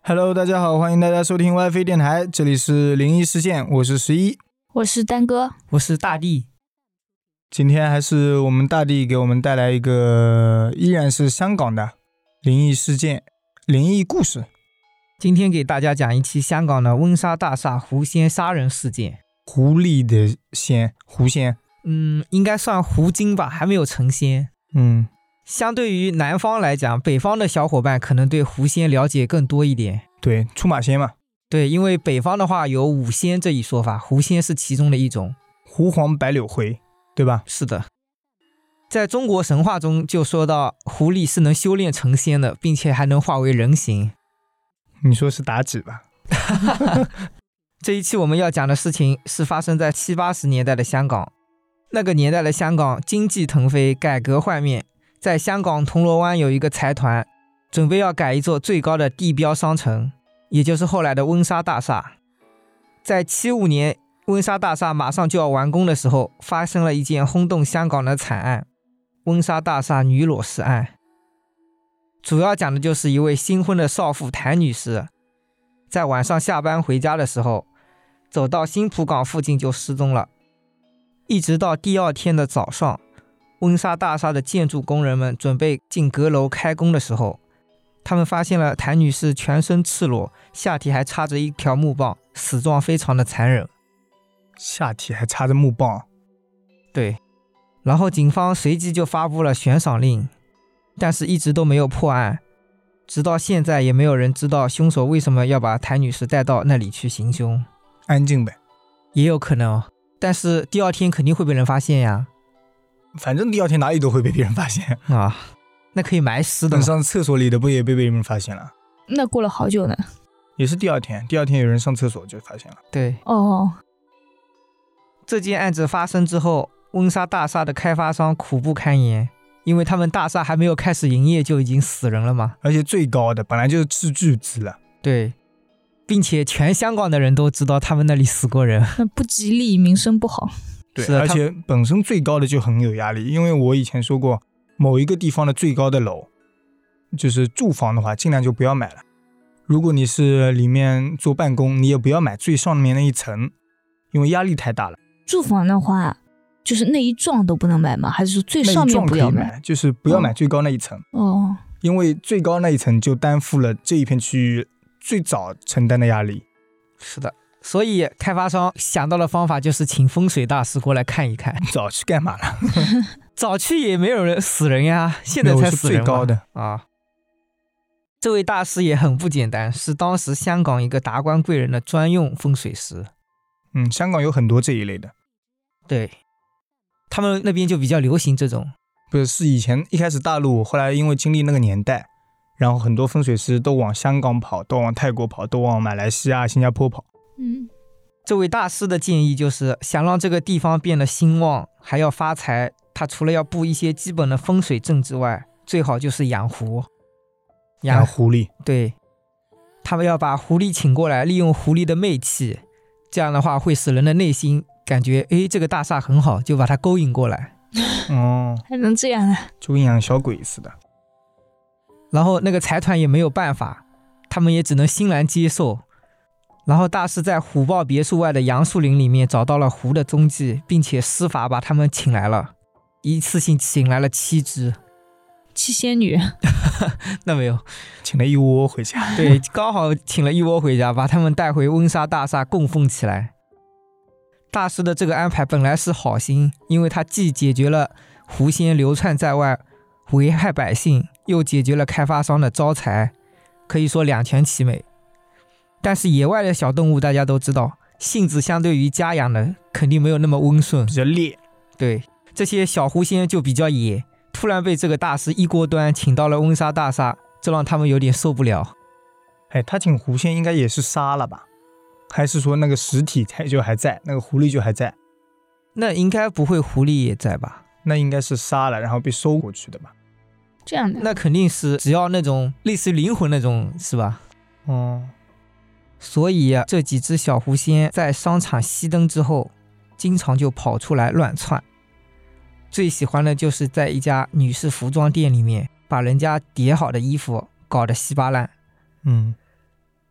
Hello， 大家好，欢迎大家收听 WiFi 电台，这里是灵异事件，我是11， 我是丹哥， 我是大地。 今天还是我们大地给我们带来一个依然是香港的灵异事件、灵异故事。 今天给大家讲一期香港的温莎大厦狐仙杀人事件。 狐狸的仙，狐仙， 应该算狐精吧，还没有成仙。相对于南方来讲，北方的小伙伴可能对狐仙了解更多一点。 对，出马仙嘛。 对，因为北方的话有五仙这一说法，狐仙是其中的一种。 狐黄白柳灰，对吧？ 是的。在中国神话中就说到狐狸是能修炼成仙的，并且还能化为人形。 你说是妲己吧？ 这一期我们要讲的事情是发生在70、80年代的香港。那个年代的香港经济腾飞，改革换面。在香港铜锣湾有一个财团准备要改一座最高的地标商城，也就是后来的温莎大厦。在75年温莎大厦马上就要完工的时候，发生了一件轰动香港的惨案——温莎大厦女裸尸案。主要讲的就是一位新婚的少妇谭女士，在晚上下班回家的时候，走到新浦港附近就失踪了。一直到第二天的早上，温莎大厦的建筑工人们准备进阁楼开工的时候，他们发现了谭女士全身赤裸，下体还插着一条木棒，死状非常的残忍。 下体还插着木棒？ 对。然后警方随即就发布了悬赏令，但是一直都没有破案，直到现在也没有人知道凶手为什么要把谭女士带到那里去行凶。 安静呗。 也有可能，但是第二天肯定会被人发现呀。 反正第二天哪里都会被别人发现啊，那可以埋尸的嘛。 上厕所里的不也被别人发现了？ 那过了好久呢。 也是第二天有人上厕所就发现了。 对。这件案子发生之后，温莎大厦的开发商苦不堪言，因为他们大厦还没有开始营业就已经死人了嘛。 而且最高的本来就是斥巨资了。 对，并且全香港的人都知道他们那里死过人， 那不吉利，名声不好。 对，而且本身最高的就很有压力，因为我以前说过，某一个地方的最高的楼，就是住房的话，尽量就不要买了。如果你是里面做办公，你也不要买最上面那一层，因为压力太大了。 住房的话，就是那一幢都不能买吗？还是说最上面不要买？ 就是不要买最高那一层。因为最高那一层就担负了这一片区域最早承担的压力。 是的。所以开发商想到的方法就是请风水大师过来看一看。 早去干嘛了？ 早去也没有人死人呀，现在才死人嘛。 最高的啊！这位大师也很不简单，是当时香港一个达官贵人的专用风水师。 香港有很多这一类的。 对，他们那边就比较流行这种。 不是以前一开始大陆，后来因为经历那个年代，然后很多风水师都往香港跑，都往泰国跑，都往马来西亚、新加坡跑。 这位大师的建议就是想让这个地方变得兴旺，还要发财，他除了要布一些基本的风水阵之外，最好就是养狐。 养狐狸。 对，他们要把狐狸请过来，利用狐狸的媚气，这样的话会使人的内心感觉这个大厦很好，就把它勾引过来。 还能这样啊？ 就跟养小鬼似的。 然后那个财团也没有办法，他们也只能欣然接受。然后大师在虎豹别墅外的杨树林里面找到了狐的踪迹，并且施法把他们请来了，一次性请来了7只。 七仙女？ 那没有， 请了一窝回家。 对，刚好请了一窝回家，把他们带回温莎大厦供奉起来。大师的这个安排本来是好心，因为他既解决了狐仙流窜在外危害百姓，又解决了开发商的招财，可以说两全其美。但是野外的小动物大家都知道，性子相对于家养的肯定没有那么温顺， 比较烈。 对，这些小狐仙就比较野，突然被这个大师一锅端请到了温莎大厦，这让他们有点受不了。 他请狐仙应该也是杀了吧？还是说那个实体就还在，那个狐狸就还在？ 那应该不会狐狸也在吧？ 那应该是杀了然后被收过去的吧？ 这样的？ 那肯定是只要那种类似于灵魂那种是吧？所以这几只小狐仙在商场熄灯之后，经常就跑出来乱窜。最喜欢的就是在一家女士服装店里面，把人家叠好的衣服搞得稀巴烂。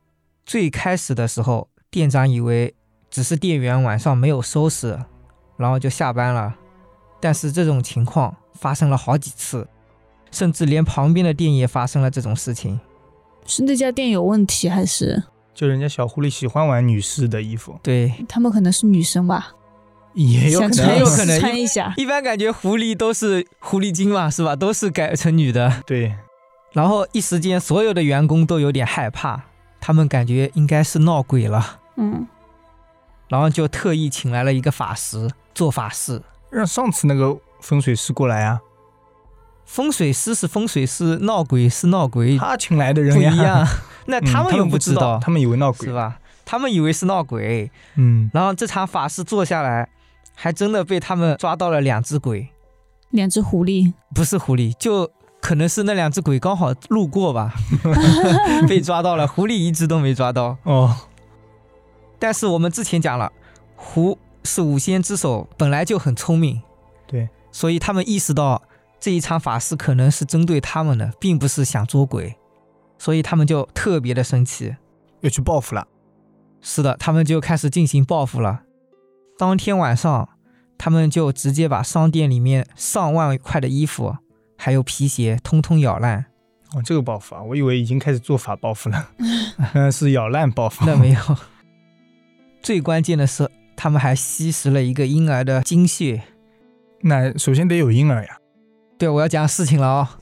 最开始的时候，店长以为只是店员晚上没有收拾，然后就下班了。但是这种情况发生了好几次，甚至连旁边的店也发生了这种事情。 是那家店有问题，还是就人家小狐狸喜欢玩女士的衣服， 对， 他们可能是女生吧？ 也有可想能， 有可能穿一下。 一般感觉狐狸都是狐狸精嘛，是吧？都是改成女的。 对， 然后一时间所有的员工都有点害怕，他们感觉应该是闹鬼了，然后就特意请来了一个法师做法事。 让上次那个风水师过来啊， 风水师是风水师，闹鬼是闹鬼， 他请来的人不一呀样。那他们他又不知道， 他们以为闹鬼是吧？他们以为是闹鬼。然后这场法事做下来，还真的被他们抓到了2只鬼 ，2只狐狸， 不是狐狸，就可能是那2只鬼刚好路过吧，被抓到了，狐狸一只都没抓到。但是我们之前讲了，狐是5仙之首，本来就很聪明， 对， 所以他们意识到这一场法事可能是针对他们的，并不是想捉鬼，所以他们就特别的生气， 要去报复了。 是的，他们就开始进行报复了。当天晚上，他们就直接把商店里面上万块的衣服还有皮鞋通通咬烂。 这个报复啊，我以为已经开始做法报复了，是咬烂报复。 那没有。最关键的是，他们还吸食了一个婴儿的精血。 那首先得有婴儿呀。 对，我要讲事情了啊。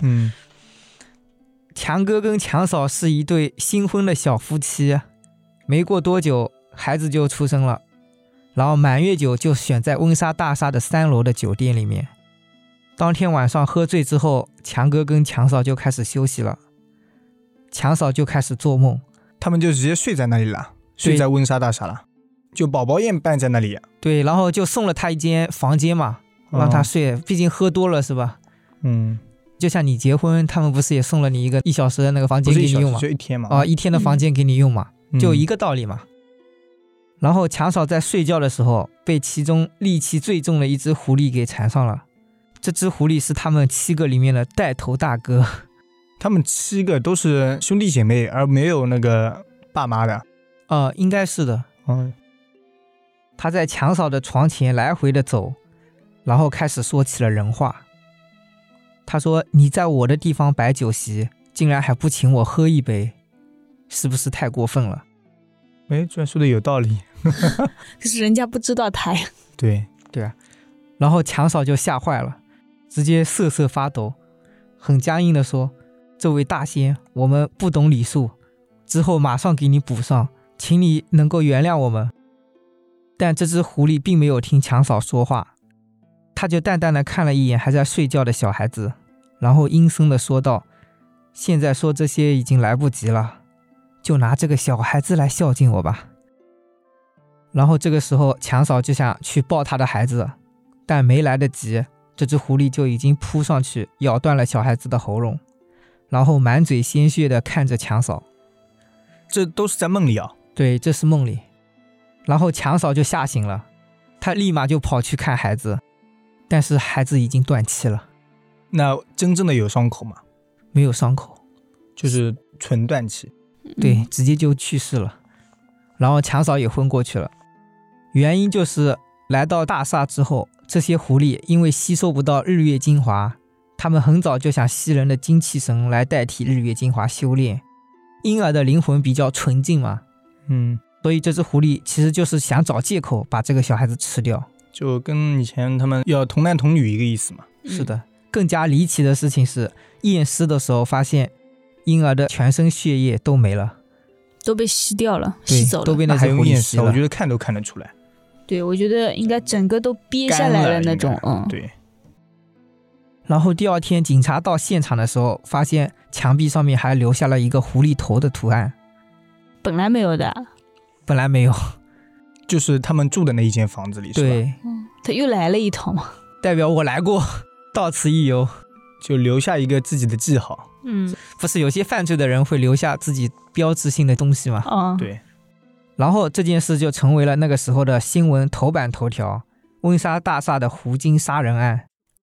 强哥跟强嫂是一对新婚的小夫妻，没过多久孩子就出生了，然后满月酒就选在温莎大厦的3楼的酒店里面。当天晚上喝醉之后，强哥跟强嫂就开始休息了，强嫂就开始做梦， 他们就直接睡在那里了，睡在温莎大厦了，就宝宝宴办在那里。 对，然后就送了他一间房间嘛，让他睡，毕竟喝多了是吧？就像你结婚，他们不是也送了你一个1小时的那个房间给你用吗？ 就1天嘛。 1天的房间给你用嘛，就一个道理嘛。然后强嫂在睡觉的时候，被其中戾气最重的一只狐狸给缠上了。这只狐狸是他们7个里面的带头大哥。 他们7个都是兄弟姐妹，而没有那个爸妈的。 应该是的。他在强嫂的床前来回的走，然后开始说起了人话。他说：“你在我的地方摆酒席，竟然还不请我喝一杯，是不是太过分了？” 居然说的有道理。 可是人家不知道他呀。 对啊。然后强嫂就吓坏了，直接瑟瑟发抖，很僵硬的说：“这位大仙，我们不懂礼数，之后马上给你补上，请你能够原谅我们。”但这只狐狸并没有听强嫂说话，他就淡淡的看了一眼还在睡觉的小孩子，然后阴森的说道：“现在说这些已经来不及了，就拿这个小孩子来孝敬我吧。”然后这个时候强嫂就想去抱他的孩子，但没来得及，这只狐狸就已经扑上去咬断了小孩子的喉咙，然后满嘴鲜血的看着强嫂。 这都是在梦里啊？ 对，这是梦里。然后强嫂就吓醒了，她立马就跑去看孩子，但是孩子已经断气了。 那真正的有伤口吗？ 没有伤口， 就是纯断气。 对，直接就去世了。然后强嫂也昏过去了，原因就是来到大厦之后，这些狐狸因为吸收不到日月精华，他们很早就想吸人的精气神来代替日月精华修炼。婴儿的灵魂比较纯净嘛，所以这只狐狸其实就是想找借口把这个小孩子吃掉， 就跟以前他们要童男童女一个意思嘛。 是的。更加离奇的事情是，验尸的时候发现婴儿的全身血液都没了， 都被吸掉了，吸走了， 都被那些狐狸吸了。 我觉得看都看得出来。 对，我觉得应该整个都憋下来了那种。 对。 然后第2天警察到现场的时候，发现墙壁上面还留下了一个狐狸头的图案。 本来没有的。 本来没有， 就是他们住的那一间房子里，是吧？ 对。 他又来了一套嘛， 代表我来过，到此一游， 就留下一个自己的记号。 不是有些犯罪的人会留下自己标志性的东西吗？ 对。 然后这件事就成为了那个时候的新闻头版头条，温莎大厦的狐精杀人案。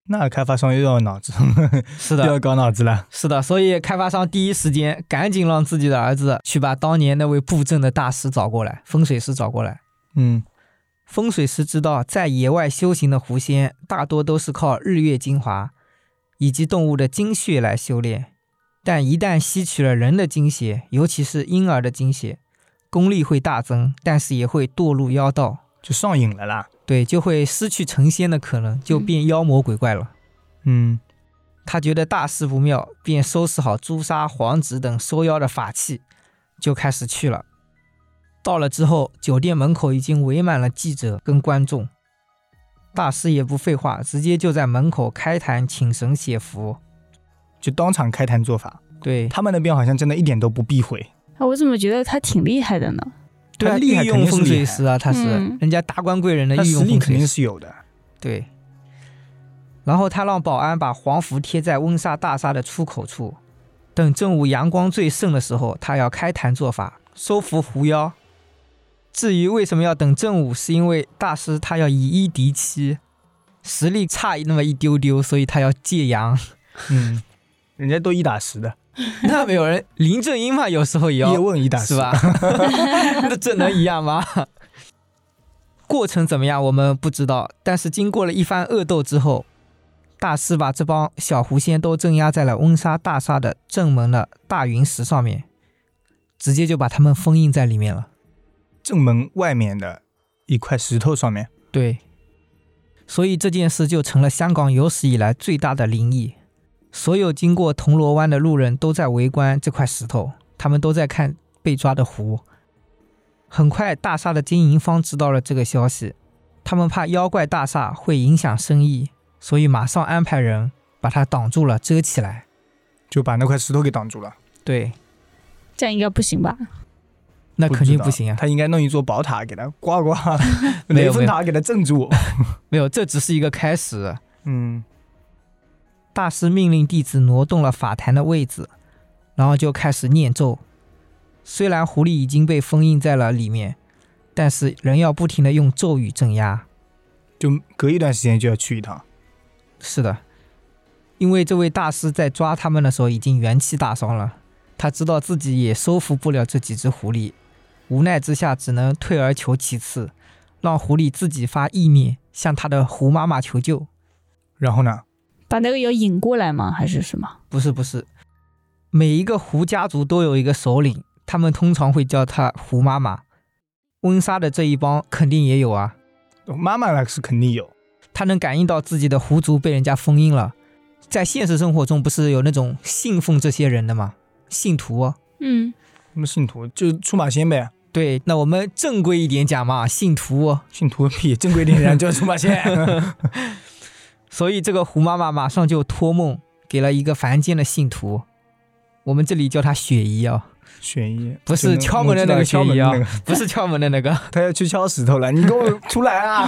那开发商又要脑子， 是又要的， 搞脑子了。 是的，所以开发商第一时间赶紧让自己的儿子去把当年那位布阵的大师找过来，风水师找过来。风水师知道，在野外修行的狐仙大多都是靠日月精华以及动物的精血来修炼，但一旦吸取了人的精血，尤其是婴儿的精血，功力会大增，但是也会堕入妖道， 就上瘾了啦。 对，就会失去成仙的可能，就变妖魔鬼怪了。他觉得大事不妙，便收拾好朱砂、黄纸等收妖的法器，就开始去了。到了之后，酒店门口已经围满了记者跟观众。大师也不废话，直接就在门口开坛请神写符， 就当场开坛做法。 对， 他们那边好像真的一点都不避讳。 我怎么觉得他挺厉害的呢？ 对啊， 他厉害御用风肯定是厉害水师啊，他是、人家达官贵人的他御用实力肯定风水师。 是有的。 对，然后他让保安把黄符贴在温莎大厦的出口处，等正午阳光最盛的时候，他要开坛做法，收服狐妖。至于为什么要等正午，是因为大师他要以一敌七，实力差那么一丢丢，所以他要戒阳。 人家都1打10的， 那没有人，林正英嘛，有时候也要叶问1打10 是吧？那这能一样吗？过程怎么样我们不知道，但是经过了一番恶斗之后，大师把这帮小狐仙都镇压在了温莎大厦的正门的大云石上面，直接就把他们封印在里面了。 正门外面的一块石头上面。 对，所以这件事就成了香港有史以来最大的灵异。所有经过铜锣湾的路人都在围观这块石头，他们都在看被抓的狐。很快大厦的经营方知道了这个消息，他们怕妖怪大厦会影响生意，所以马上安排人把它挡住了，遮起来， 就把那块石头给挡住了。 对， 这样应该不行吧？ 那肯定不行啊。 他应该弄一座宝塔给他挂挂， 没有雷峰塔给他镇住。 没有，这只是一个开始。 嗯， 大师命令弟子挪动了法坛的位置，然后就开始念咒。虽然狐狸已经被封印在了里面，但是人要不停地用咒语镇压。 就隔一段时间就要去一趟。 是的，因为这位大师在抓他们的时候已经元气大伤了，他知道自己也收服不了这几只狐狸，无奈之下只能退而求其次，让狐狸自己发意念向他的狐妈妈求救。 然后呢？ 把那个妖引过来吗？还是什么？ 不是，每一个狐家族都有一个首领，他们通常会叫他狐妈妈。温莎的这一帮肯定也有啊， 妈妈那是肯定有。 他能感应到自己的狐族被人家封印了。在现实生活中不是有那种信奉这些人的吗？信徒哦。 什么信徒？就出马仙呗。 对，那我们正规一点讲嘛，信徒哦。 信徒屁，正规一点人叫出马仙。 所以这个狐妈妈马上就托梦给了一个凡间的信徒，我们这里叫他雪姨啊。 雪姨不是敲门的那个雪姨啊，不是敲门的那个。 他要去敲石头了，你给我出来啊！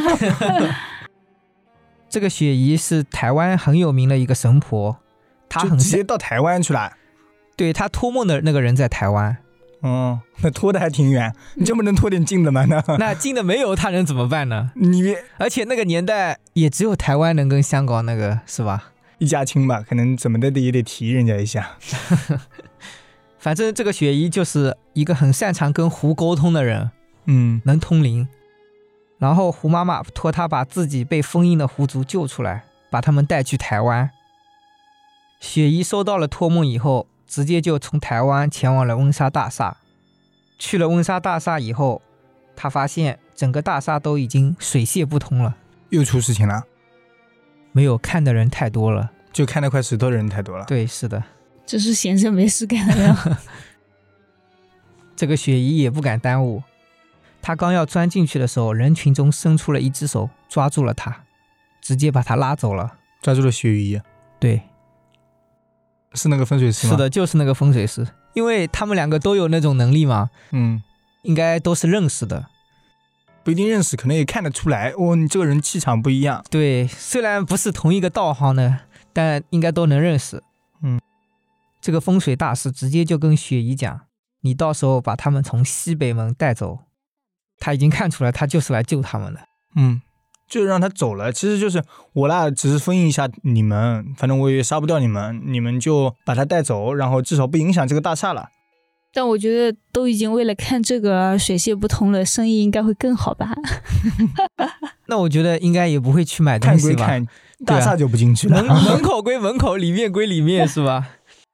这个雪姨是台湾很有名的一个神婆，她很就直接到台湾去了。 对，她托梦的那个人在台湾。 那拖得还挺远，你这不能拖点近的吗？ 那近的没有，他能怎么办呢？而且那个年代也只有台湾能跟香港那个是吧？ 一家亲吧，可能怎么的也得提人家一下。 反正这个雪姨就是一个很擅长跟狐沟通的人，能通灵。然后狐妈妈托他把自己被封印的狐族救出来，把他们带去台湾。雪姨收到了托梦以后，直接就从台湾前往了温莎大厦。去了温莎大厦以后，他发现整个大厦都已经水泄不通了。 又出事情了？ 没有，看的人太多了， 就看那块石头的人太多了。 对，是的， 这是闲着没事干的样。 这个雪姨也不敢耽误，他刚要钻进去的时候，人群中伸出了一只手抓住了他，直接把他拉走了。 抓住了雪姨？ 对， 是那个风水师吗？ 是的，就是那个风水师，因为他们两个都有那种能力嘛，应该都是认识的。 不一定认识，可能也看得出来，你这个人气场不一样。 对，虽然不是同一个道行的，但应该都能认识。这个风水大师直接就跟雪姨讲，你到时候把他们从西北门带走。他已经看出来他就是来救他们的。 就让他走了。其实就是我啦，只是封印一下你们，反正我也杀不掉你们，你们就把他带走，然后至少不影响这个大厦了。 但我觉得都已经为了看这个水泄不通了，生意应该会更好吧？ 那我觉得应该也不会去买东西吧？ 看归看，大厦就不进去了。 门口归门口，里面归里面，是吧？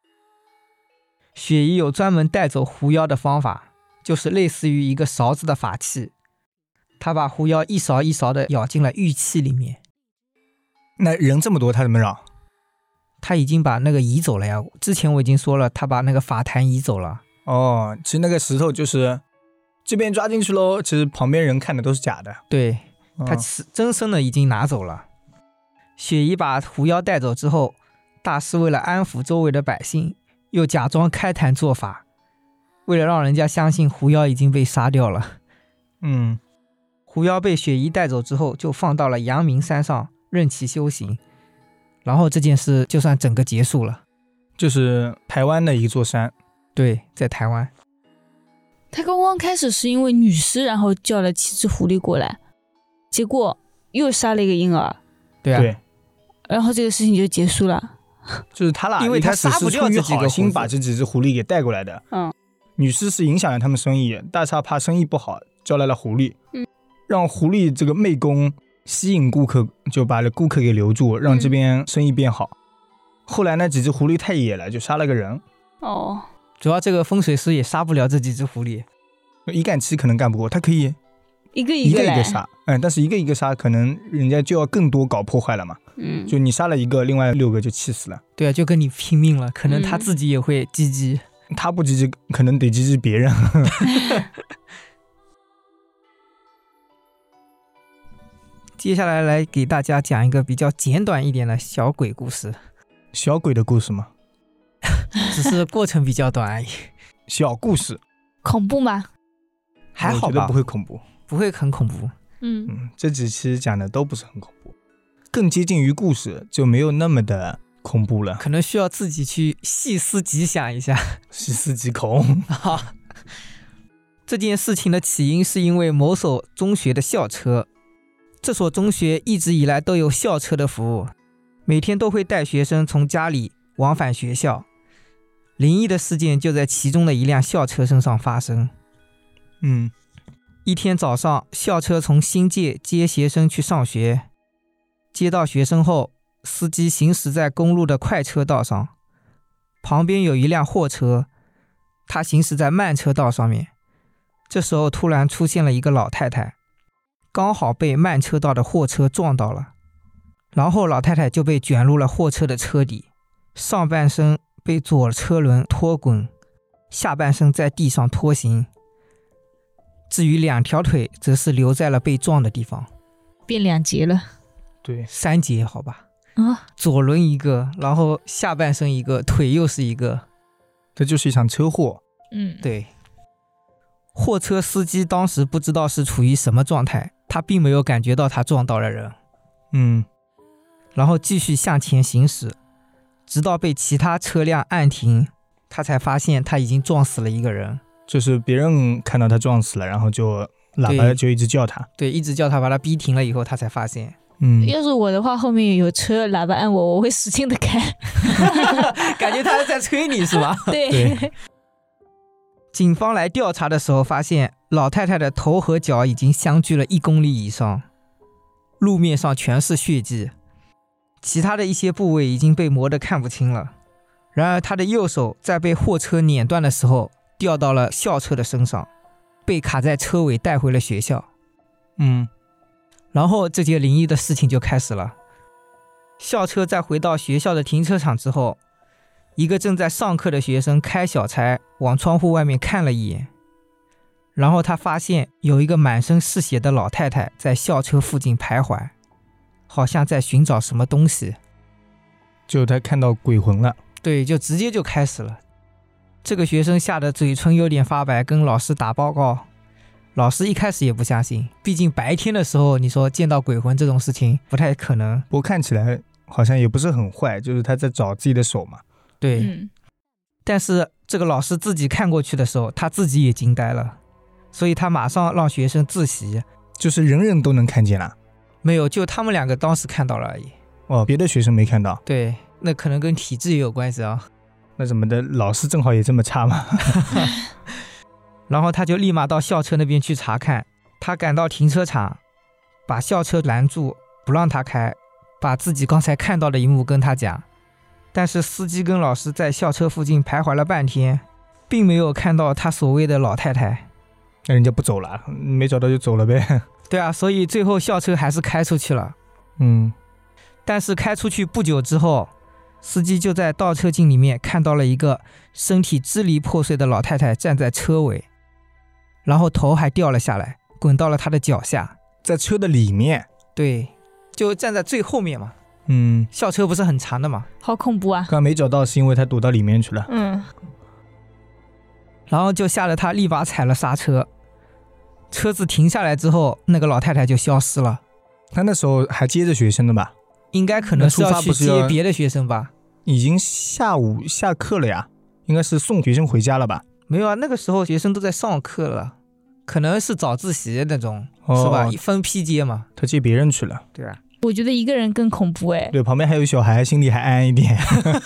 雪姨有专门带走狐妖的方法，就是类似于一个勺子的法器，她把狐妖一勺一勺的舀进了玉器里面。 那人这么多，他怎么让？ 他已经把那个移走了呀。之前我已经说了，他把那个法坛移走了。 哦，其实那个石头就是这边抓进去喽，其实旁边人看的都是假的。 对，他真身的已经拿走了。雪姨把狐妖带走之后，大师为了安抚周围的百姓，又假装开坛做法，为了让人家相信狐妖已经被杀掉了。狐妖被雪姨带走之后，就放到了阳明山上任其修行，然后这件事就算整个结束了。 就是台湾的一座山。 对，在台湾。 他刚刚开始是因为女尸，然后叫了7只狐狸过来，结果又杀了一个婴儿。 对啊。 对。 然后这个事情就结束了。 就是他俩， 因为他杀不掉这几个心把这几只狐狸给带过来的。女尸是影响了他们生意，大厦怕生意不好，叫来了狐狸。让狐狸这个媚功吸引顾客，就把顾客给留住，让这边生意变好。后来呢，几只狐狸太野了，就杀了个人。 主要这个风水师也杀不了这几只狐狸， 一干7可能干不过，他可以一个一个杀。但是一个一个杀，可能人家就要更多搞破坏了嘛。就你杀了一个，另外6个就气死了。 对啊，就跟你拼命了，可能他自己也会积极。 他不积极，可能得积极别人。 接下来来给大家讲一个比较简短一点的小鬼故事。 小鬼的故事吗？ 只是过程比较短而已。 小故事。 恐怖吗？ 还好吧， 我觉得不会恐怖， 不会很恐怖。 这几期讲的都不是很恐怖，更接近于故事，就没有那么的恐怖了。 可能需要自己去细思极想一下。 细思极恐。 这件事情的起因是因为某所中学的校车，这所中学一直以来都有校车的服务，每天都会带学生从家里往返学校。灵异的事件就在其中的一辆校车身上发生。一天早上，校车从新界接学生去上学，接到学生后，司机行驶在公路的快车道上，旁边有一辆货车，他行驶在慢车道上面。这时候突然出现了一个老太太，刚好被慢车道的货车撞到了，然后老太太就被卷入了货车的车底，上半身被左车轮拖滚，下半身在地上拖行，至于2条腿则是留在了被撞的地方， 变2节了。 对，3节好吧。左轮一个，然后下半身一个，腿又是一个。 这就是一场车祸。 对。货车司机当时不知道是处于什么状态，他并没有感觉到他撞到了人。然后继续向前行驶，直到被其他车辆按停，他才发现他已经撞死了一个人。 就是别人看到他撞死了，然后就喇叭就一直叫他。 对，一直叫他，把他逼停了以后，他才发现。 要是我的话，后面有车喇叭按我，我会使劲的开。 感觉他在催你是吧？ 对。 警方来调查的时候发现，老太太的头和脚已经相距了1公里以上，路面上全是血迹，其他的一些部位已经被磨得看不清了。然而她的右手在被货车碾断的时候掉到了校车的身上，被卡在车尾带回了学校。然后这件灵异的事情就开始了。校车在回到学校的停车场之后，一个正在上课的学生开小差往窗户外面看了一眼，然后他发现有一个满身是血的老太太在校车附近徘徊，好像在寻找什么东西。 就他看到鬼魂了。 对，就直接就开始了。这个学生吓得嘴唇有点发白，跟老师打报告。老师一开始也不相信，毕竟白天的时候你说见到鬼魂这种事情不太可能。 不过看起来好像也不是很坏，就是他在找自己的手嘛。 对。但是这个老师自己看过去的时候，他自己也惊呆了，所以他马上让学生自习。 就是人人都能看见了。 没有，就他们2个当时看到了而已。 哦，别的学生没看到。 对，那可能跟体质也有关系啊。 那怎么的？老师正好也这么差吗？ 然后他就立马到校车那边去查看。他赶到停车场，把校车拦住，不让他开，把自己刚才看到的一幕跟他讲。但是司机跟老师在校车附近徘徊了半天，并没有看到他所谓的老太太。 那人家不走了，没找到就走了呗。 对啊，所以最后校车还是开出去了。但是开出去不久之后，司机就在倒车镜里面看到了一个身体支离破碎的老太太站在车尾，然后头还掉了下来，滚到了他的脚下。 在车的里面？ 对，就站在最后面嘛。校车不是很长的嘛。 好恐怖啊！ 刚没找到是因为他躲到里面去了。 然后就吓得他立马踩了刹车。车子停下来之后，那个老太太就消失了。 他那时候还接着学生的吧？ 应该可能是要去接别的学生吧。 已经下午下课了呀，应该是送学生回家了吧？ 没有啊，那个时候学生都在上课了，可能是早自习那种，是吧？分批接嘛。 他接别人去了。 对啊。 我觉得一个人更恐怖哎。 对，旁边还有小孩，心里还安一点。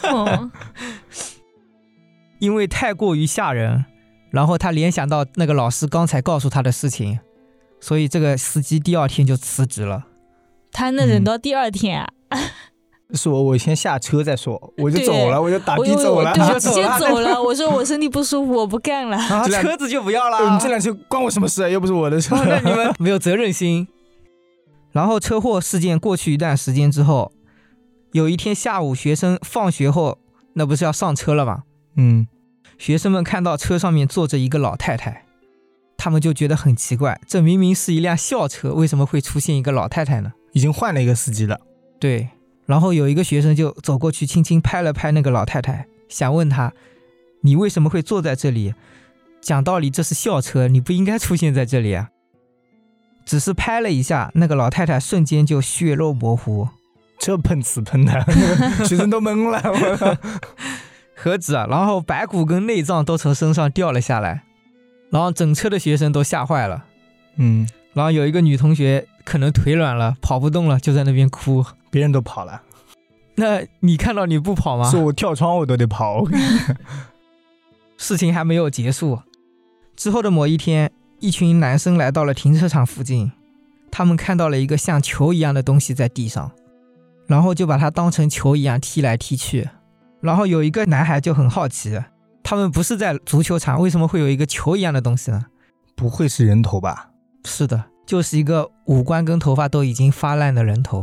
因为太过于吓人，然后他联想到那个老师刚才告诉他的事情，所以这个司机第2天就辞职了。 他能忍到第2天啊？ 是我先下车再说，我就走了，我就打的走了， 对，我直接走了。我说我身体不舒服，我不干了。 车子就不要了。 这辆车关我什么事啊？又不是我的车。 那你们没有责任心。然后车祸事件过去一段时间之后，有一天下午学生放学后，那不是要上车了吗？学生们看到车上面坐着一个老太太，他们就觉得很奇怪，这明明是一辆校车，为什么会出现一个老太太呢？ 已经换了一个司机了。 对，然后有一个学生就走过去轻轻拍了拍那个老太太，想问她，你为什么会坐在这里？讲道理这是校车，你不应该出现在这里啊。只是拍了一下，那个老太太瞬间就血肉模糊。 这碰瓷喷的，学生都懵了。 何止啊，然后白骨跟内脏都从身上掉了下来，然后整车的学生都吓坏了。然后有一个女同学可能腿软了，跑不动了，就在那边哭。 别人都跑了， 那你看到你不跑吗？ 说我跳窗我都得跑。 事情还没有结束，之后的某一天，一群男生来到了停车场附近，他们看到了一个像球一样的东西在地上，然后就把它当成球一样踢来踢去。然后有一个男孩就很好奇，他们不是在足球场，为什么会有一个球一样的东西呢？ 不会是人头吧？ 是的，就是一个五官跟头发都已经发烂的人头。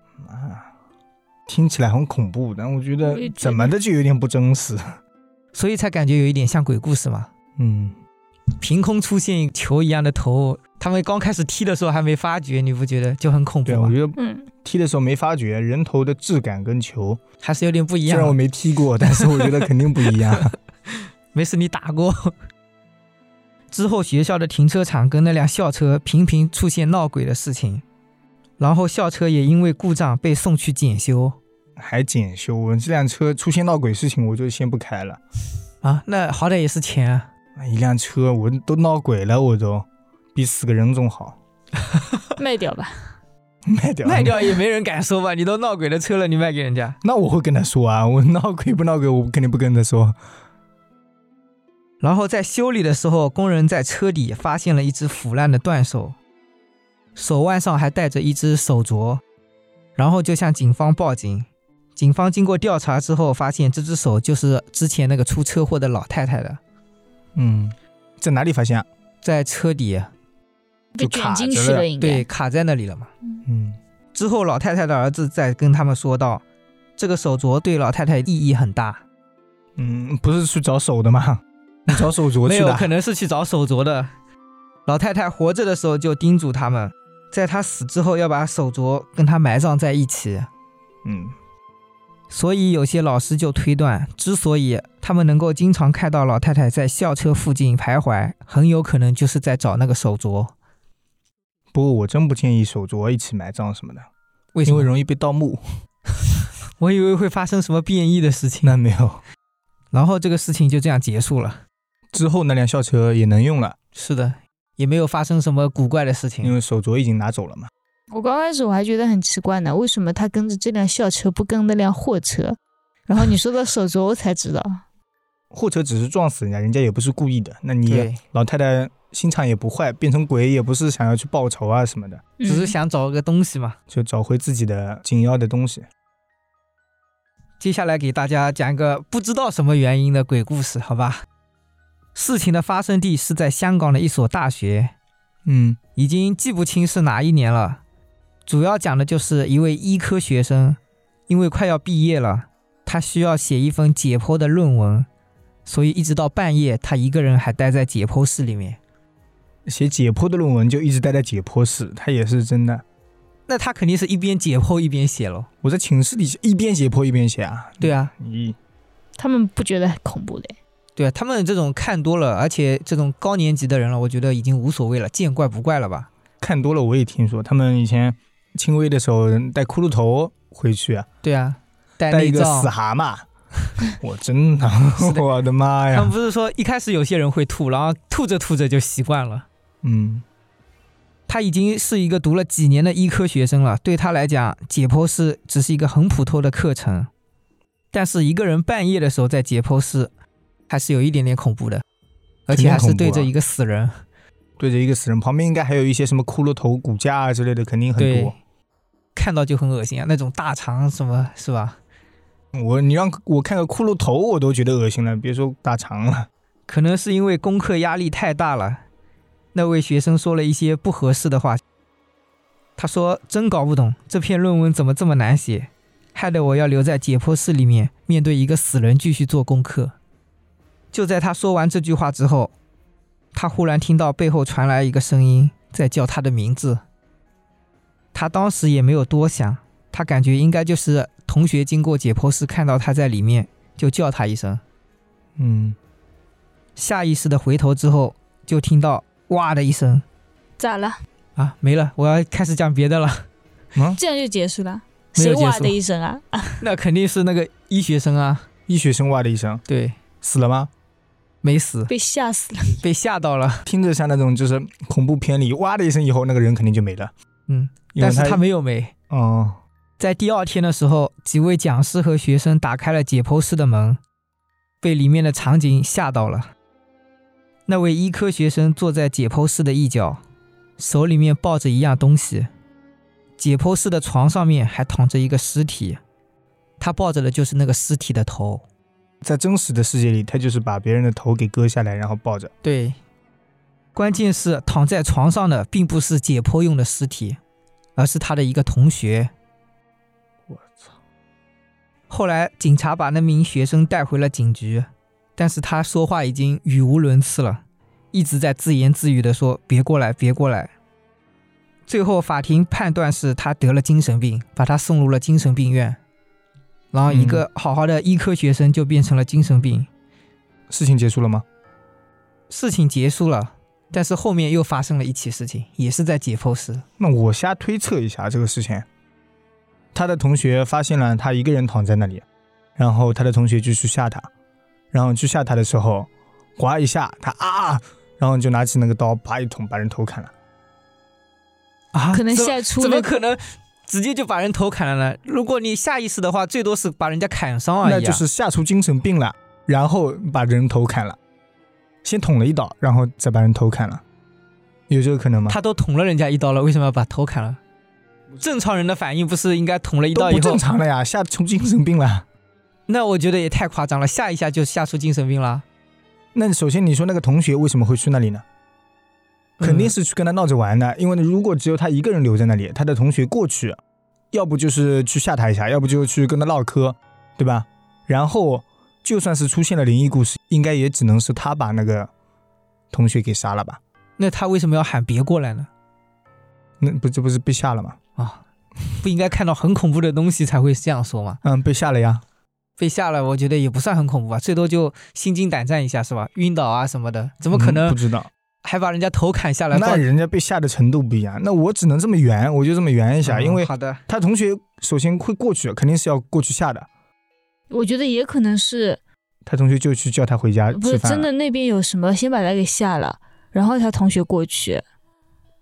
听起来很恐怖，但我觉得怎么的就有点不真实， 所以才感觉有一点像鬼故事嘛。凭空出现球一样的头，他们刚开始踢的时候还没发觉，你不觉得就很恐怖吗？ 对，我觉得踢的时候没发觉，人头的质感跟球还是有点不一样。 虽然我没踢过，但是我觉得肯定不一样。 没事，你打过。之后学校的停车场跟那辆校车频频出现闹鬼的事情，然后校车也因为故障被送去检修。 还检修？我这辆车出现闹鬼事情我就先不开了啊，那好歹也是钱啊。 一辆车我都闹鬼了，我都比死个人总好。 卖掉吧。 卖掉也没人敢说吧，你都闹鬼的车了，你卖给人家？ 那我会跟他说啊，我闹鬼不闹鬼我肯定不跟他说。 然后在修理的时候，工人在车底发现了一只腐烂的断手，手腕上还带着一只手镯，然后就向警方报警。警方经过调查之后发现这只手就是之前那个出车祸的老太太的。 在哪里发现？ 在车底， 被卷进去了，应该对，卡在那里了嘛。之后老太太的儿子再跟他们说到，这个手镯对老太太意义很大。 不是去找手的吗？你找手镯去的？ 没有，可能是去找手镯的。老太太活着的时候就叮嘱他们，在她死之后要把手镯跟她埋葬在一起。所以有些老师就推断，之所以他们能够经常看到老太太在校车附近徘徊，很有可能就是在找那个手镯。 不过我真不建议手镯一起埋葬什么的。 为什么？ 因为容易被盗墓。 我以为会发生什么变异的事情。 那没有。 然后这个事情就这样结束了。 之后那辆校车也能用了。 是的，也没有发生什么古怪的事情。 因为手镯已经拿走了嘛。 我刚开始我还觉得很奇怪呢，为什么他跟着这辆校车不跟那辆货车？然后你说到手镯，我才知道， 货车只是撞死人家，人家也不是故意的。那你对， 老太太心肠也不坏，变成鬼也不是想要去报仇啊什么的， 只是想找个东西嘛。 就找回自己的紧要的东西。 接下来给大家讲一个不知道什么原因的鬼故事，好吧？事情的发生地是在香港的一所大学，已经记不清是哪一年了。主要讲的就是一位医科学生，因为快要毕业了，他需要写一份解剖的论文，所以一直到半夜，他一个人还待在解剖室里面。 写解剖的论文就一直待在解剖室，他也是真的。 那他肯定是一边解剖一边写咯。 我在寝室里一边解剖一边写啊。 对啊， 他们不觉得很恐怖的。 对啊，他们这种看多了，而且这种高年级的人了，我觉得已经无所谓了，见怪不怪了吧。 看多了我也听说，他们以前轻微的时候带骷髅头回去啊。 对啊， 带一个死蛤蟆。我真的，我的妈呀！ 他们不是说一开始有些人会吐，然后吐着吐着就习惯了。他已经是一个读了几年的医科学生了，对他来讲，解剖室只是一个很普通的课程。但是一个人半夜的时候在解剖室，还是有一点点恐怖的，而且还是对着一个死人。 对着一个死人，旁边应该还有一些什么骷髅头、骨架啊之类的，肯定很多。 看到就很恶心啊，那种大肠什么，是吧？ 你让我看个骷髅头，我都觉得恶心了，别说大肠了。 可能是因为功课压力太大了，那位学生说了一些不合适的话。他说：“真搞不懂这篇论文怎么这么难写，害得我要留在解剖室里面，面对一个死人继续做功课。”就在他说完这句话之后，他忽然听到背后传来一个声音在叫他的名字。他当时也没有多想，他感觉应该就是同学经过解剖室看到他在里面，就叫他一声。下意识的回头之后，就听到哇的一声。 咋了？ 啊，没了，我要开始讲别的了。 这样就结束了？ 没有结束。 谁哇的一声啊？ 那肯定是那个医学生啊。 医学生哇的一声。 对。 死了吗？ 没死。 被吓死了。 被吓到了。 听着像那种就是恐怖片里哇的一声以后，那个人肯定就没了。 但是他没有没。在第二天的时候，几位讲师和学生打开了解剖室的门，被里面的场景吓到了。那位医科学生坐在解剖室的一角，手里面抱着一样东西。解剖室的床上面还躺着一个尸体，他抱着的就是那个尸体的头。 在真实的世界里，他就是把别人的头给割下来，然后抱着。 对，关键是躺在床上的并不是解剖用的尸体，而是他的一个同学。 我操！ 后来警察把那名学生带回了警局，但是他说话已经语无伦次了，一直在自言自语地说别过来别过来。最后法庭判断是他得了精神病，把他送入了精神病院，然后一个好好的医科学生就变成了精神病。 事情结束了吗？ 事情结束了，但是后面又发生了一起事情，也是在解剖室。 那我瞎推测一下这个事情，他的同学发现了他一个人躺在那里，然后他的同学就去吓他，然后去吓他的时候呱一下他然后就拿起那个刀啪一捅把人头砍了。 可能吓出怎么可能直接就把人头砍了呢？如果你下意识的话，最多是把人家砍伤而已。 那就是吓出精神病了，然后把人头砍了，先捅了一刀，然后再把人头砍了，有这个可能吗？ 他都捅了人家一刀了，为什么要把头砍了？正常人的反应不是应该捅了一刀以后都不正常了呀，吓出精神病了。 那我觉得也太夸张了，吓一下就吓出精神病了。 那首先你说那个同学为什么会去那里呢？肯定是去跟他闹着玩的，因为如果只有他一个人留在那里，他的同学过去，要不就是去吓他一下，要不就去跟他唠嗑，对吧？然后就算是出现了灵异故事，应该也只能是他把那个同学给杀了吧？ 那他为什么要喊别过来呢？ 那这不是被吓了吗？ 不应该看到很恐怖的东西才会这样说吗？ 被吓了呀。 被吓了，我觉得也不算很恐怖吧，最多就心惊胆战一下是吧？晕倒啊什么的，怎么可能？ 不知道。 还把人家头砍下来， 那人家被吓的程度不一样。那我只能这么圆，我就这么圆一下，因为好的， 他同学首先会过去，肯定是要过去吓的。 我觉得也可能是他同学就去叫他回家吃饭， 不是真的那边有什么，先把他给吓了，然后他同学过去，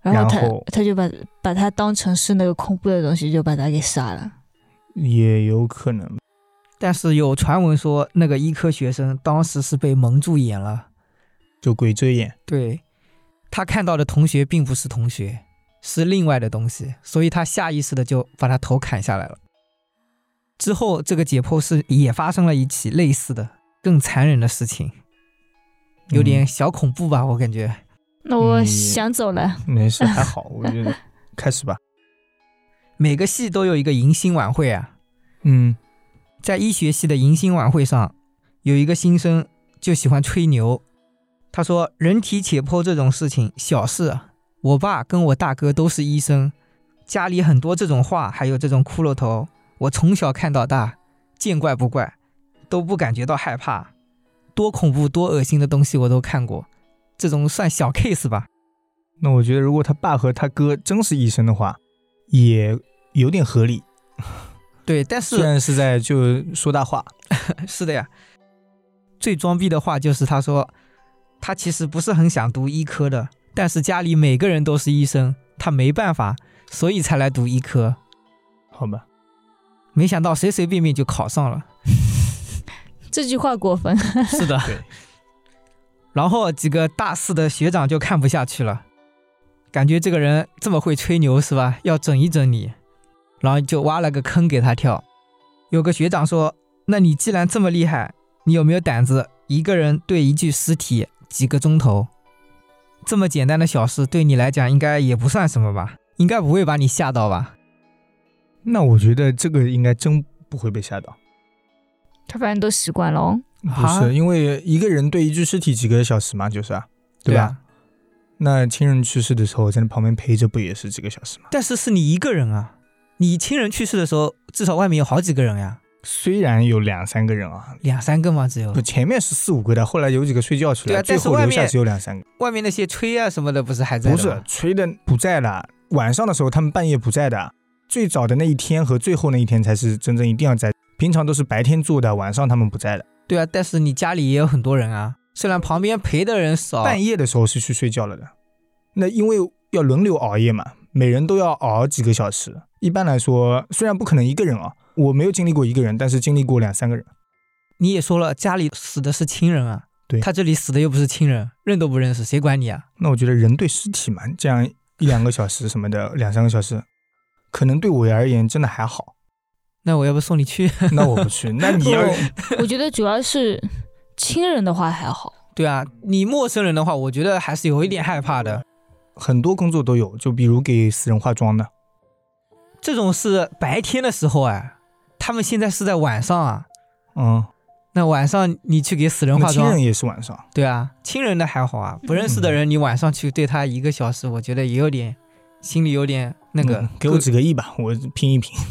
然后然后他就把他当成是那个恐怖的东西，就把他给杀了。 也有可能。 但是有传闻说，那个医科学生当时是被蒙住眼了， 就鬼遮眼。 对，他看到的同学并不是同学，是另外的东西，所以他下意识的就把他头砍下来了。之后这个解剖室也发生了一起类似的更残忍的事情，有点小恐怖吧，我感觉。 那我想走了。 没事，还好，我觉得开始吧。 每个系都有一个迎新晚会啊，在医学系的迎新晚会上，有一个新生就喜欢吹牛。他说人体解剖这种事情小事啊，我爸跟我大哥都是医生，家里很多这种画还有这种骷髅头，我从小看到大，见怪不怪，都不感觉到害怕，多恐怖多恶心的东西我都看过，这种算小 case 吧。 那我觉得如果他爸和他哥真是医生的话，也有点合理。 对，但是虽然是在就说大话。 是的呀。最装逼的话就是他说他其实不是很想读医科的，但是家里每个人都是医生，他没办法，所以才来读医科。 好吧， 没想到随随便便就考上了。 这句话过分。 是的。 对。 然后几个大四的学长就看不下去了，感觉这个人这么会吹牛是吧，要整一整你，然后就挖了个坑给他跳。有个学长说，那你既然这么厉害，你有没有胆子一个人对一具尸体几个钟头？这么简单的小事对你来讲应该也不算什么吧，应该不会把你吓到吧？ 那我觉得这个应该真不会被吓到。 他反正都习惯了哦。 不是，因为一个人对一具尸体几个小时嘛，就是啊，对吧？那亲人去世的时候在那旁边陪着不也是几个小时吗？ 但是是你一个人啊，你亲人去世的时候至少外面有好几个人呀。 虽然有2-3个人啊 ，2-3个吗？只有不，前面是4-5个的，后来有几个睡觉去了， 对啊， 最后留下只有2-3个。 外面那些吹啊什么的不是还在的吗？ 不是，吹的不在了，晚上的时候他们半夜不在的，最早的那一天和最后那一天才是真正一定要在，平常都是白天做的，晚上他们不在的。 对啊，但是你家里也有很多人啊，虽然旁边陪的人少， 半夜的时候是去睡觉了的。那因为要轮流熬夜嘛，每人都要熬几个小时。一般来说，虽然不可能一个人啊，我没有经历过一个人，但是经历过2-3个人。 你也说了，家里死的是亲人啊， 对， 他这里死的又不是亲人，认都不认识，谁管你啊？ 那我觉得人对尸体嘛，这样1-2个小时什么的，2-3个小时，可能对我而言真的还好。 那我要不送你去？ 那我不去。那你要我觉得主要是亲人的话还好。 对啊，你陌生人的话，我觉得还是有一点害怕的。 很多工作都有，就比如给死人化妆的， 这种是白天的时候哎，他们现在是在晚上啊。那晚上你去给死人化妆， 亲人也是晚上。 对啊，亲人的还好啊，不认识的人你晚上去对他1个小时，我觉得也有点心里有点那个。 给我几个亿吧，我拼一拼。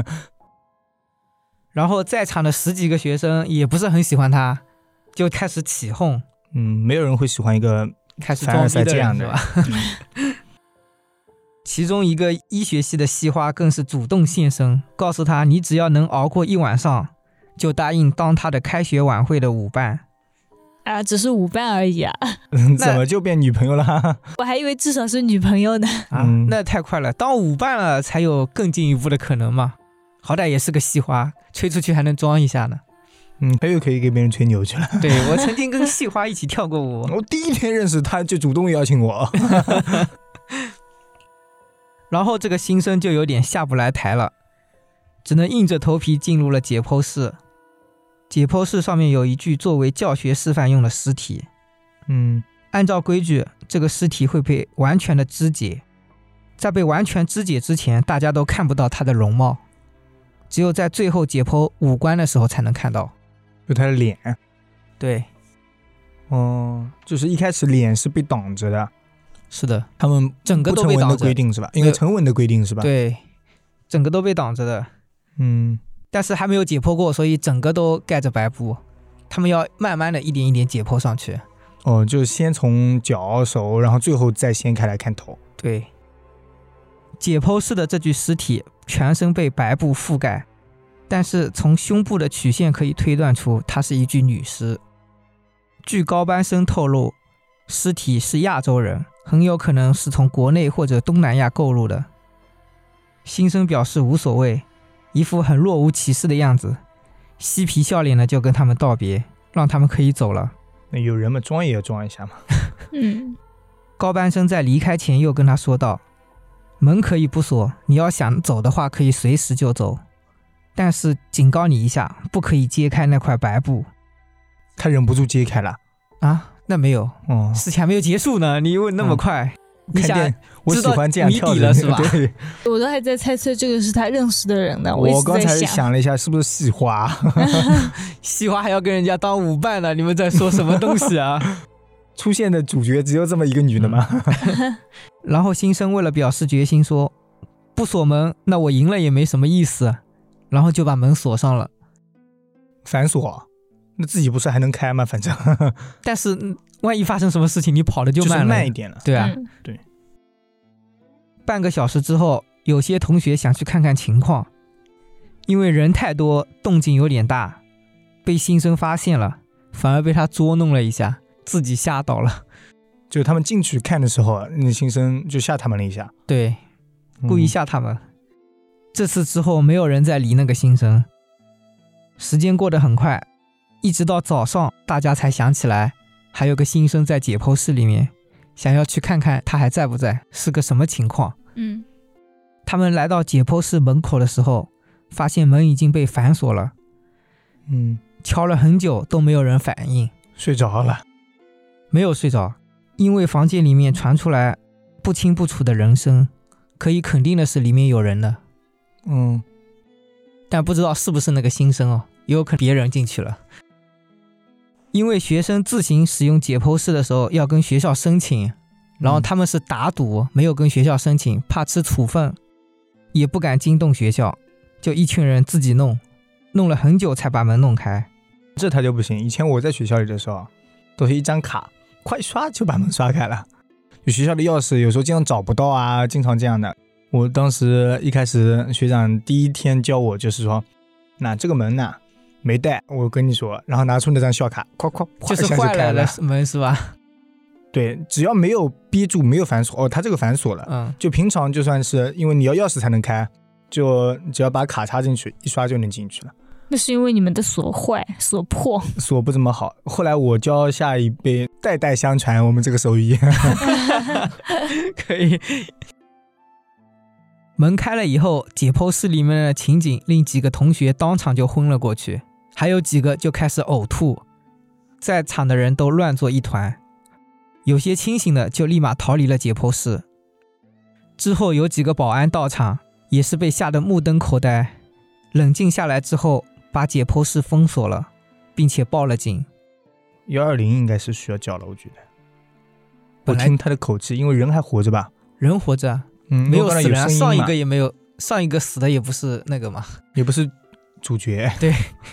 然后在场的10几个学生也不是很喜欢他，就开始起哄。 没有人会喜欢一个开始装逼的人是吧？其中一个医学系的系花更是主动现身，告诉他你只要能熬过1晚上，就答应当他的开学晚会的舞伴。 啊，只是舞伴而已啊。 怎么就变女朋友了？ 我还以为至少是女朋友呢。 那太快了，当舞伴了才有更进一步的可能嘛。好歹也是个系花，吹出去还能装一下呢。 他又可以给别人吹牛去了。 对，我曾经跟系花一起跳过舞。 我第一天认识他就主动邀请我。 然后这个新生就有点下不来台了，只能硬着头皮进入了解剖室。解剖室上面有一具作为教学示范用的尸体。按照规矩，这个尸体会被完全的肢解，在被完全肢解之前，大家都看不到他的容貌，只有在最后解剖五官的时候才能看到， 就他的脸。 对， 就是一开始脸是被挡着的。 是的， 他们整个都被挡着。 不成文的规定是吧？应该成文的规定是吧？ 对，整个都被挡着的。但是还没有解剖过，所以整个都盖着白布。他们要慢慢的一点一点解剖上去。 就先从脚手，然后最后再掀开来看头。 对，解剖室的这具尸体全身被白布覆盖，但是从胸部的曲线可以推断出它是一具女尸。据高班生透露，尸体是亚洲人， 很有可能是从国内或者东南亚购入的。新生表示无所谓，一副很若无其事的样子，嬉皮笑脸的就跟他们道别，让他们可以走了。 那有人嘛，装也要装一下嘛。 高班生在离开前又跟他说道，门可以不锁，你要想走的话可以随时就走，但是警告你一下，不可以揭开那块白布。 他忍不住揭开了啊？那没有，事情还没有结束呢，你问那么快，你想我喜欢这样跳的是吧？ 对， 我都还在猜测这个是他认识的人呢。 我刚才想了一下，是不是细花？ 细花还要跟人家当舞伴呢？你们在说什么东西啊？ 出现的主角只有这么一个女的吗？ 然后新生为了表示决心说，不锁门，那我赢了也没什么意思，然后就把门锁上了。 反锁？那自己不是还能开吗？反正但是万一发生什么事情，你跑的就慢了， 就是慢一点了。 对啊， 对。 半个小时之后，有些同学想去看看情况，因为人太多，动静有点大，被新生发现了，反而被他捉弄了一下，自己吓到了。 就他们进去看的时候，那新生就吓他们了一下。 对，故意吓他们。这次之后，没有人再理那个新生。时间过得很快，一直到早上，大家才想起来，还有个新生在解剖室里面，想要去看看他还在不在，是个什么情况。他们来到解剖室门口的时候，发现门已经被反锁了。敲了很久都没有人反应。 睡着了？ 没有睡着，因为房间里面传出来不清不楚的人声，可以肯定的是里面有人的。但不知道是不是那个新生哦，也有可能别人进去了。因为学生自行使用解剖室的时候要跟学校申请，然后他们是打赌，没有跟学校申请，怕吃处分，也不敢惊动学校，就一群人自己弄了很久才把门弄开。 这他就不行，以前我在学校里的时候，都是一张卡，快刷就把门刷开了。有学校的钥匙有时候经常找不到啊，经常这样的。我当时一开始学长第一天教我就是说，那这个门呢没带，我跟你说，然后拿出那张校卡，咵就是坏了的门是吧？ 对，只要没有憋住，没有反锁，他这个反锁了。就平常就算是因为你要钥匙才能开，就只要把卡插进去，一刷就能进去了。 那是因为你们的锁坏锁破， 锁不怎么好。后来我教下一辈，代代相传我们这个手艺。 可以。门开了以后，解剖室里面的情景令几个同学当场就昏了过去，还有几个就开始呕吐，在场的人都乱作一团，有些清醒的就立马逃离了解剖室。之后有几个保安到场，也是被吓得目瞪口呆，冷静下来之后把解剖室封锁了，并且报了警。 120应该是需要叫了，我觉得。我听他的口气，因为人还活着吧？ 人活着，没有死人，上一个也没有，上一个死的也不是那个嘛， 也不是主角。 对。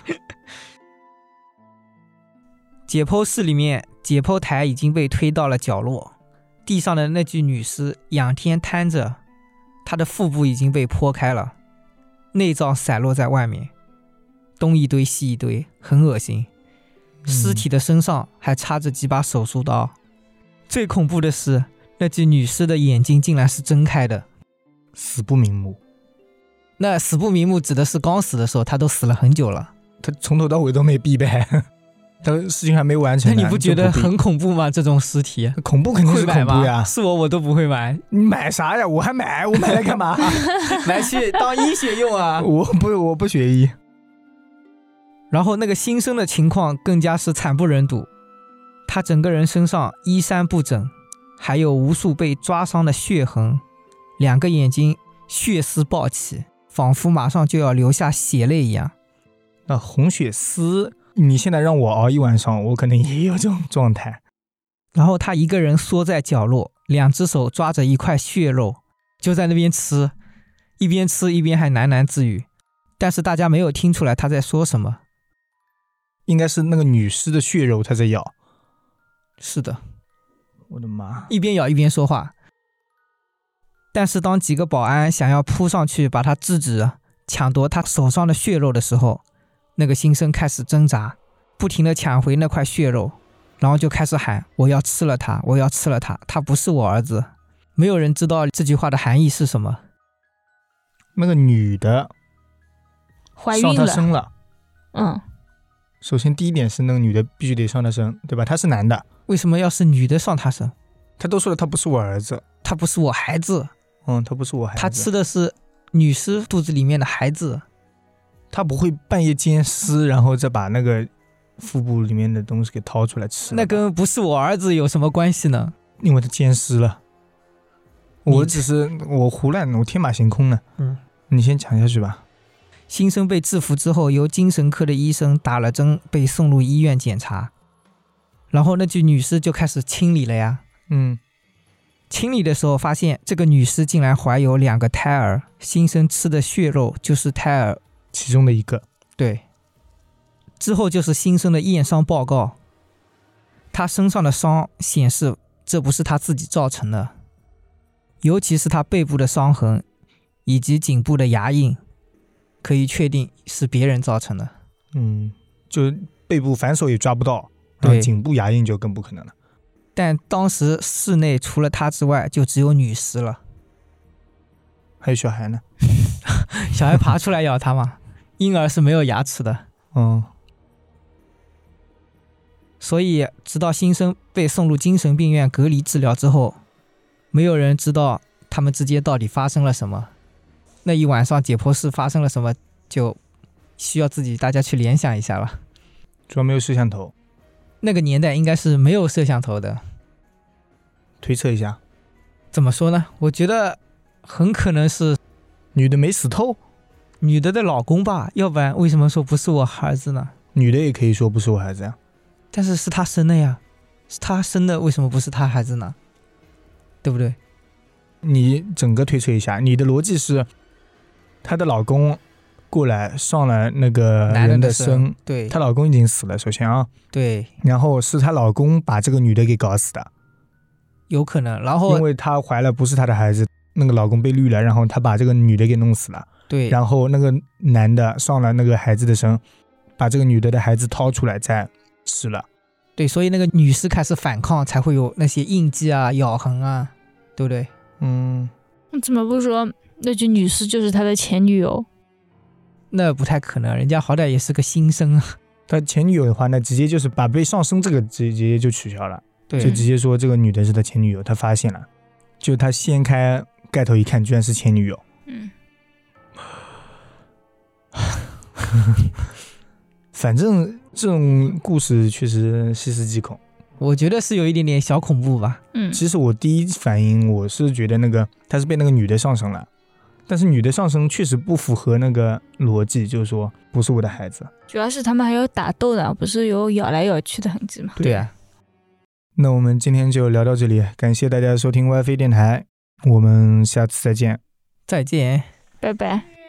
解剖室里面，解剖台已经被推到了角落，地上的那具女尸仰天瘫着，她的腹部已经被剖开了，内脏散落在外面，东一堆西一堆，很恶心。尸体的身上还插着几把手术刀。最恐怖的是，那具女尸的眼睛竟然是睁开的， 死不瞑目。 那死不瞑目指的是刚死的时候，他都死了很久了， 他从头到尾都没闭呗，他事情还没完成。 那你不觉得很恐怖吗？这种尸体恐怖肯定是恐怖呀。 是我都不会买。 你买啥呀？我还买，我买来干嘛？ 买去当医学用啊。 我不学医。 然后那个新生的情况更加是惨不忍睹，他整个人身上衣衫不整，还有无数被抓伤的血痕，2个眼睛血丝暴起，仿佛马上就要流下血泪一样。 那红血丝，你现在让我熬一晚上，我可能也有这种状态。 然后他一个人缩在角落，2只手抓着一块血肉，就在那边吃，一边吃一边还喃喃自语，但是大家没有听出来他在说什么。 应该是那个女尸的血肉他在咬。 是的， 我的妈！ 一边咬一边说话。但是当几个保安想要扑上去把他制止，抢夺他手上的血肉的时候，那个新生开始挣扎，不停地抢回那块血肉， 然后就开始喊我要吃了他，我要吃了他，他不是我儿子。没有人知道这句话的含义是什么。 那个女的上他怀孕了， 身了。 嗯， 首先第一点是那个女的必须得上他身，对吧？他是男的， 为什么要是女的上他身？ 他都说了他不是我儿子。 他不是我孩子， 他不是我孩子。 他吃的是女尸肚子里面的孩子。 他不会半夜奸尸，然后再把那个腹部里面的东西给掏出来吃。 那跟不是我儿子有什么关系呢？ 因为他奸尸了。我只是我胡乱，我天马行空呢。你先讲下去吧。 新生被制服之后，由精神科的医生打了针，被送入医院检查。然后那具女尸就开始清理了呀。清理的时候发现这个女尸竟然怀有2个胎儿，新生吃的血肉就是胎儿其中的一个。 对。之后就是新生的验伤报告，他身上的伤显示这不是他自己造成的，尤其是他背部的伤痕以及颈部的牙印，可以确定是别人造成的。 就背部反手也抓不到， 对， 颈部牙印就更不可能了。 但当时室内除了他之外就只有女尸了。 还有小孩呢？ 小孩爬出来咬他嘛，婴儿是没有牙齿的。所以直到新生被送入精神病院隔离治疗之后，没有人知道他们之间到底发生了什么。那一晚上解剖室发生了什么，就需要自己大家去联想一下了。 主要没有摄像头。 那个年代应该是没有摄像头的。 推测一下。 怎么说呢？我觉得很可能是女的没死透， 女的的老公吧，要不然为什么说不是我儿子呢？ 女的也可以说不是我孩子呀。 但是是他生的呀，是他生的，为什么不是他孩子呢？对不对？ 你整个推测一下，你的逻辑是她的老公过来上了那个人的身， 对， 她老公已经死了，首先啊， 对， 然后是她老公把这个女的给搞死的， 有可能。然后因为她怀了不是她的孩子，那个老公被绿了，然后她把这个女的给弄死了， 对， 然后那个男的上了那个孩子的身，把这个女的的孩子掏出来再吃了。 对，所以那个女尸开始反抗，才会有那些印记啊、咬痕啊，对不对？ 怎么不说那具女尸就是他的前女友？ 那不太可能，人家好歹也是个新生啊。 他前女友的话，那直接就是把被上身这个直接就取消了， 对， 就直接说这个女的是他前女友，他发现了，就他掀开盖头一看，居然是前女友。反正这种故事确实细思极恐， 我觉得是有一点点小恐怖吧。 其实我第一反应我是觉得那个他是被那个女的上身了，但是女的上身确实不符合那个逻辑，就是说不是我的孩子。 主要是他们还有打斗的，不是有咬来咬去的痕迹吗？ 对啊。 那我们今天就聊到这里，感谢大家收听 WiFi 电台，我们下次再见。 再见， 拜拜。